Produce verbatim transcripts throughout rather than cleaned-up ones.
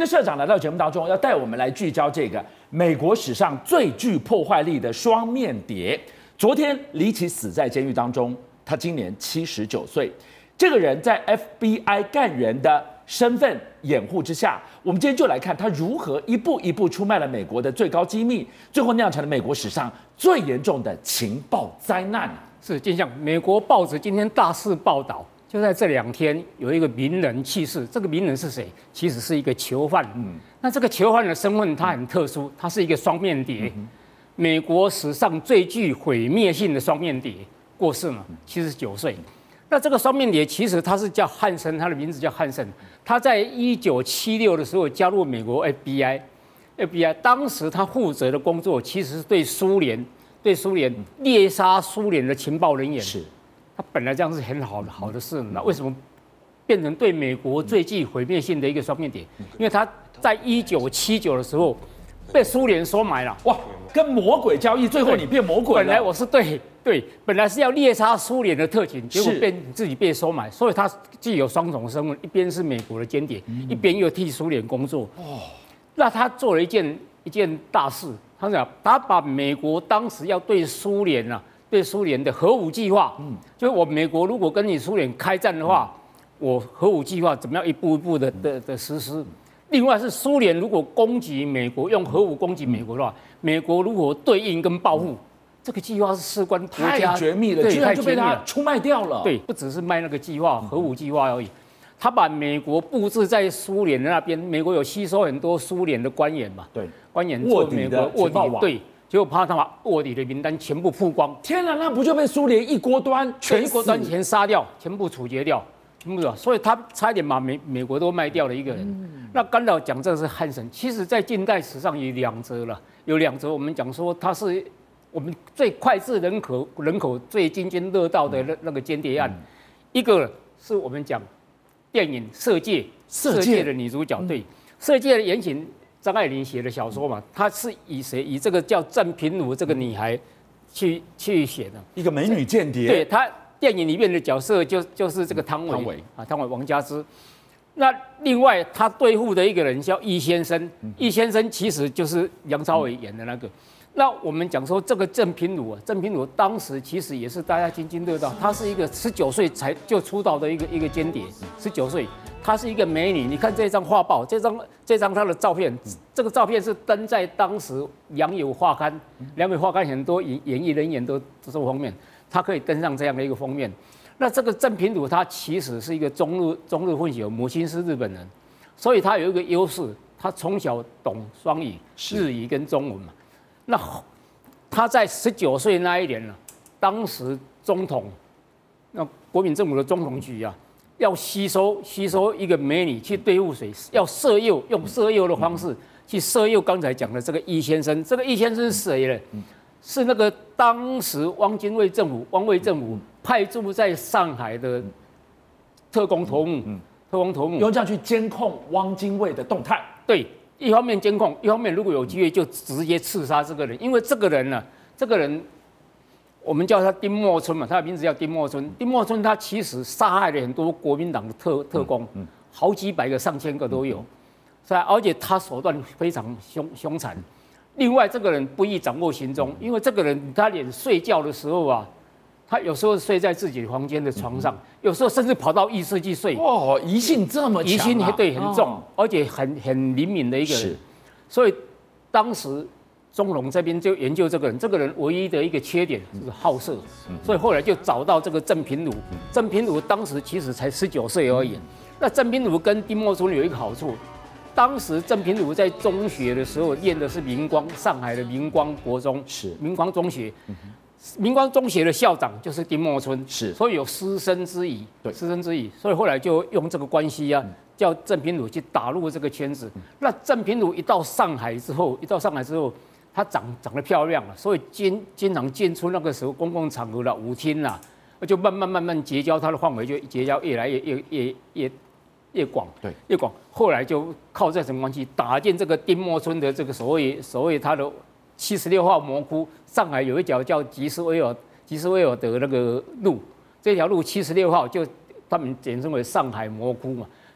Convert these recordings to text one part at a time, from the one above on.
这社长来到节目当中，要带我们来聚焦这个美国史上最具破坏力的双面谍。昨天离奇死在监狱当中，他今年七十九岁。这个人在 F B I 干员的身份掩护之下，我们今天就来看他如何一步一步出卖了美国的最高机密，最后酿成了美国史上最严重的情报灾难。 是，就像美国报纸今天大肆报道，就在这两天有一个名人去世。这个名人是谁？其实是一个囚犯。嗯，那这个囚犯的身份他很特殊，他是一个双面谍，嗯、美国史上最具毁灭性的双面谍过世了，七十九岁。那这个双面谍其实他是叫汉森，他的名字叫汉森。他在一九七六的时候加入美国 F B I，F B I 当时他负责的工作其实是对苏联、对苏联猎杀苏联的情报人员。是，他本来这样是很好的好的事，那为什么变成对美国最具毁灭性的一个双面谍？因为他在一九七九的时候被苏联收买了。哇， 跟魔鬼交易，最后你变魔鬼了。 本来我是对。对，本来是要猎杀苏联的特勤，结果被自己被收买，所以他既有双重身份，一边是美国的间谍，嗯、一边又替苏联工作。哦，那他做了一件一件大事，他讲他把美国当时要对苏联啊，对苏联的核武计划，嗯，就是我美国如果跟你苏联开战的话，嗯、我核武计划怎么样一步一步的的的实施。另外是苏联如果攻击美国，用核武攻击美国的话，嗯、美国如何对应跟报复？这个计划是事关国家， 太绝密了，居然就被他出卖掉了。 对，不只是卖那个计划，核武计划而已。他把美国布置在苏联的那边，美国有吸收很多苏联的官员嘛， 对， 官员做美国卧底，对，结果怕他把卧底的名单全部曝光。 天哪，那不就被苏联一锅端全一锅端全杀掉，全部处决掉，全部的。所以他差一点把美美国都卖掉了一个人。嗯、那刚才讲这个是汉森，其实在近代史上有两则了，有两则我们讲说他是。我们最脍炙人口、人口最津津乐道的那那个间谍案，嗯、一个是我们讲电影《色戒》，色戒的女主角，嗯、对，《色戒》的原型张爱玲写的小说嘛，她是以谁？以这个叫郑平如这个女孩去去写的， 一个美女间谍。 对，她电影里面的角色就就是这个汤唯，汤唯啊，汤唯王佳芝。那另外他对付的一个人叫易先生，易先生其实就是梁朝伟演的那个。那我们讲说这个郑平如啊，郑平如当时其实也是大家津津乐道，她是一个十九岁才就出道的一个一个间谍，十九岁，她是一个美女。你看这张画报，这张这张她的照片，这个照片是登在当时《良友》画刊，《良友》画刊很多演演艺人员都都是封面，她可以登上这样的一个封面。那这个郑平如她其实是一个中日中日混血，母亲是日本人，所以她有一个优势，她从小懂双语，日语跟中文嘛。那他在十九岁那一年呢，当时总统，那国民政府的总统局啊，要吸收吸收一个美女去对付谁，要色诱，用色诱的方式去色诱刚才讲的这个易先生。这个易先生是谁呢？是那个当时汪精卫政府、汪伪政府派驻在上海的特工头目，特工头目用这样去监控汪精卫的动态。 对。一方面监控，一方面如果有机会就直接刺杀这个人，因为这个人呢，这个人我们叫他丁默村嘛，他的名字叫丁默村。丁默村他其实杀害了很多国民党的特特工，嗯嗯、好几百个、上千个都有，是吧？而且他手段非常凶凶残。另外，这个人不易掌握行踪，因为这个人他连睡觉的时候啊。他有时候睡在自己房间的床上，有时候甚至跑到浴室去睡。 哦，疑心这么强、啊， 疑心对很重，哦、而且很很灵敏的一个人。所以当时中统这边就研究这个人，这个人唯一的一个缺点就是好色，嗯、所以后来就找到这个郑平如。嗯、郑平如当时其实才十九岁而已。嗯、那郑平如跟丁默村有一个好处，当时郑平如在中学的时候念的是明光，上海的明光国中，是明光中学。嗯明光中学的校长就是丁默村，是，所以有师生之谊，对，师生之谊，所以后来就用这个关系啊，叫郑平如去打入这个圈子。嗯、那郑平如一到上海之后，一到上海之后，她长长得漂亮了，所以经经常进出那个时候公共场合的舞厅啦，就慢慢慢慢结交，她的范围就结交越来越越越越越广，对，越广。后来就靠这层关系打进这个丁默村的这个所谓所谓他的。七十六号魔窟，上海有一条叫吉斯威尔吉斯威尔德那个路，这条路七十六号就他们简称为上海魔窟嘛。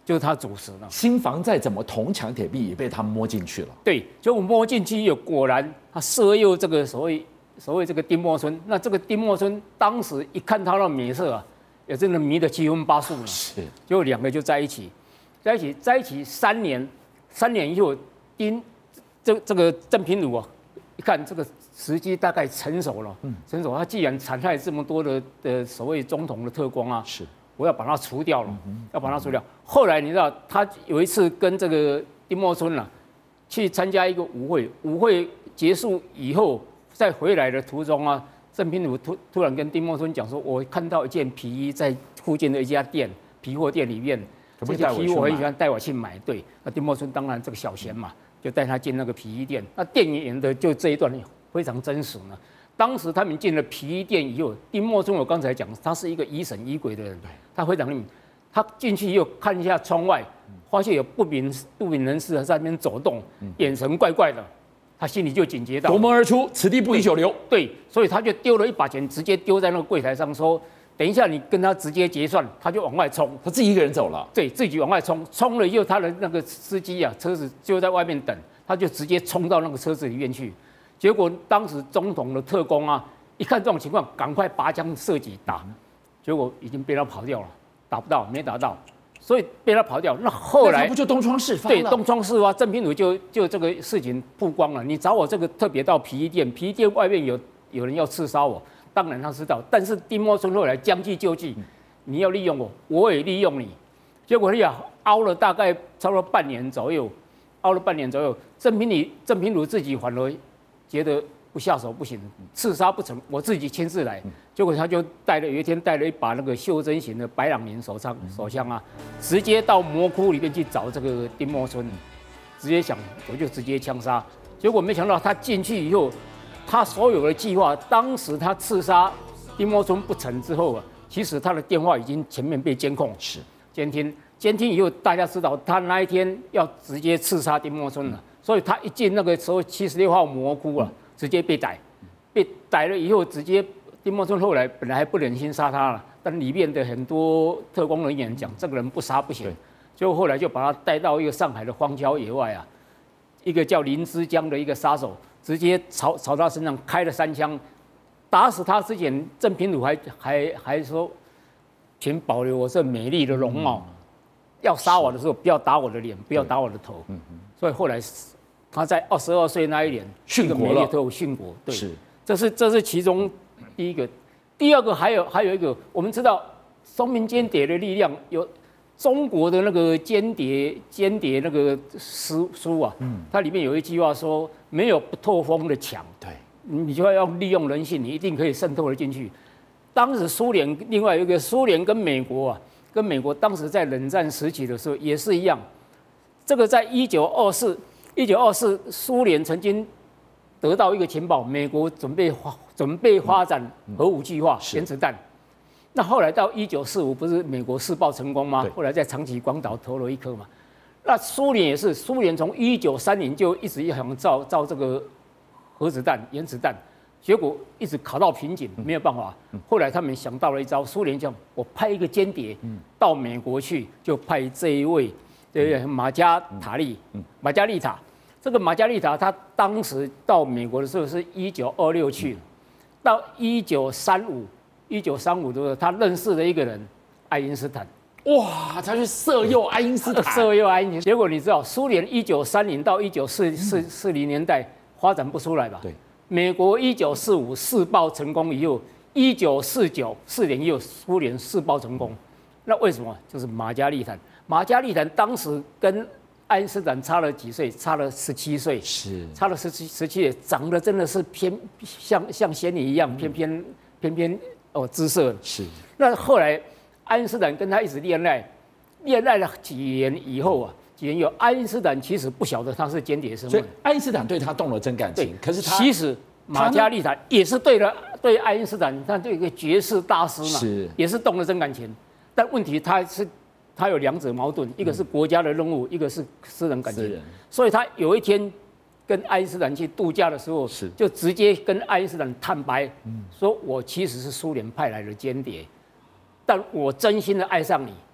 就是他主持了。 心房再怎么铜墙铁壁，也被他摸进去了。 对，就我摸进去以后，果然他色诱这个所谓所谓这个丁默村。那这个丁默村当时一看他的美色啊，也真的迷得七荤八素了。 是， 就两个就在一起，在一起在一起三年，三年以后，丁这这个郑平如啊，一看这个时机大概成熟了，嗯，成熟，他既然残害这么多的的所谓总统的特工啊， 是。 我要把它除掉了，要把它除掉。后来你知道，他有一次跟这个丁默村啊，去参加一个舞会，舞会结束以后，在回来的途中啊，郑平如突突然跟丁默村讲说：“我看到一件皮衣在附近的一家店皮货店里面，这件皮衣我很喜欢，带我去买。”对，那丁默村当然这个小闲嘛，就带他进那个皮衣店。那电影演的就这一段非常真实呢。当时他们进了皮衣店以后，丁默村我刚才讲，他是一个疑神疑鬼的人，他非常灵敏。他进去以后看一下窗外，发现有不明不明人士在那边走动，眼神怪怪的，他心里就警觉到， 夺门而出，此地不宜久留。 对，所以他就丢了一把钱，直接丢在那个柜台上，说：“等一下你跟他直接结算。”他就往外冲， 他自己一个人走了， 对自己往外冲，冲了以后，他的那个司机啊，车子就在外面等，他就直接冲到那个车子里面去。结果当时总统的特工啊，一看这种情况，赶快拔枪射击打，结果已经被他跑掉了，打不到，没打到，所以被他跑掉。那后来那不就东窗事发对，东窗事发，郑平如就就这个事情曝光了。你找我这个特别到皮衣店，皮衣店外面有有人要刺杀我，当然他知道，但是丁默村后来将计就计，你要利用我，我也利用你。结果你熬了大概差不多半年左右，熬了半年左右，郑平如郑平如自己反而觉得不下手不行，刺杀不成，我自己亲自来。结果他就带了有一天带了一把那个袖珍型的白朗宁手枪手枪啊，直接到魔窟里面去找这个丁默村，直接想我就直接枪杀。结果没想到他进去以后，他所有的计划，当时他刺杀丁默村不成之后啊，其实他的电话已经全面被监控， 是监听，监听以后大家知道他那一天要直接刺杀丁默村了。所以他一进那个时候七十六号魔窟啊，直接被逮，被逮了以后，直接丁默村后来本来还不忍心杀他了，但里面的很多特工人员讲这个人不杀不行，结果后来就把他带到一个上海的荒郊野外啊，一个叫林之江的一个杀手，直接朝朝他身上开了三枪，打死他之前，郑平如还还还说，请保留我这美丽的容貌，要杀我的时候不要打我的脸，不要打我的头，所以后来。他在二十二岁那一年殉国了， 殉国。对， 是， 这是这是其中第一个，第二个还有还有一个，我们知道松明间谍的力量有中国的那个间谍间谍那个书书啊，嗯，它里面有一句话说，没有不透风的墙， 对， 你就要利用人性，你一定可以渗透得进去。当时苏联另外一个苏联跟美国啊，跟美国当时在冷战时期的时候也是一样，这个在一九二四。一九二四，苏联曾经得到一个情报，美国准备发准备发展核武计划，原子弹。那后来到一九四五，不是美国试爆成功吗？后来在长崎、广岛投了一颗嘛。那苏联也是，苏联从一九三零就一直想造造这个核子弹、原子弹，结果一直卡到瓶颈，没有办法。后来他们想到了一招，苏联讲我派一个间谍到美国去，就派这一位，对马加塔利，马加丽塔。这个马加丽塔，他当时到美国的时候是一九二六去，到一九三五，一九三五的时候，他认识了一个人，爱因斯坦。 哇，他去色诱爱因斯坦， 色诱爱因斯坦。结果你知道，苏联一九三零到一九四四四零年代发展不出来吧？ 对。 美国一九四五试爆成功以后，一九四九四年又苏联试爆成功，那为什么？就是马加丽坦。马加丽坦当时跟爱因斯坦差了几岁？差了十七岁， 是差了十七十七岁，长得真的是偏像像仙女一样，偏偏偏偏哦姿色是。那后来爱因斯坦跟他一直恋爱，恋爱了几年以后啊，几年以后，爱因斯坦其实不晓得他是间谍身份， 所以爱因斯坦对他动了真感情。可是他其实马加丽坦也是对了对爱因斯坦，他对一个绝世大师嘛， 是也是动了真感情，但问题他是。他有两者矛盾，一个是国家的任务，一个是私人感情。所以他有一天跟爱因斯坦去度假的时候，就直接跟爱因斯坦坦白，说我其实是苏联派来的间谍，但我真心的爱上你，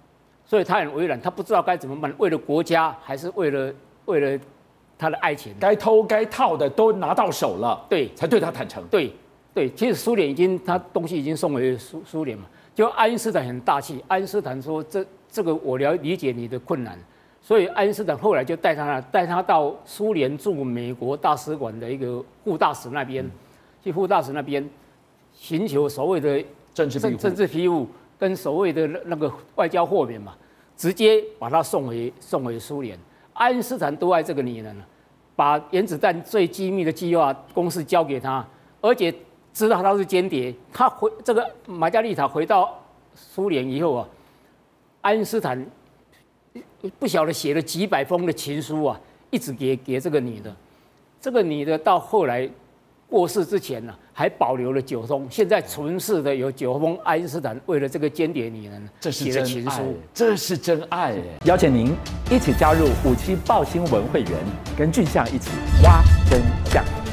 所以他很为难，他不知道该怎么办，为了国家还是为了为了他的爱情， 该偷该套的都拿到手了， 对， 才对他坦诚。 对对，其实苏联已经他东西已经送回苏苏联嘛，就爱因斯坦很大气，爱因斯坦说这这个我了理解你的困难，所以爱因斯坦后来就带他带他到苏联驻美国大使馆的一个副大使那边，嗯、去副大使那边寻求所谓的政治庇护， 政治庇护跟所谓的那个外交豁免嘛，直接把他送回送回苏联。爱因斯坦都爱这个女人了，把原子弹最机密的计划公式交给他，而且知道他是间谍。他回这个玛加丽塔回到苏联以后啊，爱因斯坦不晓得写了几百封的情书啊，一直给给这个女的。这个女的到后来过世之前呢、啊，还保留了九封，现在存世的有九封爱因斯坦为了这个间谍女人写的情书， 这是真爱。邀请您一起加入五七爆新闻会员，跟俊相一起挖真相。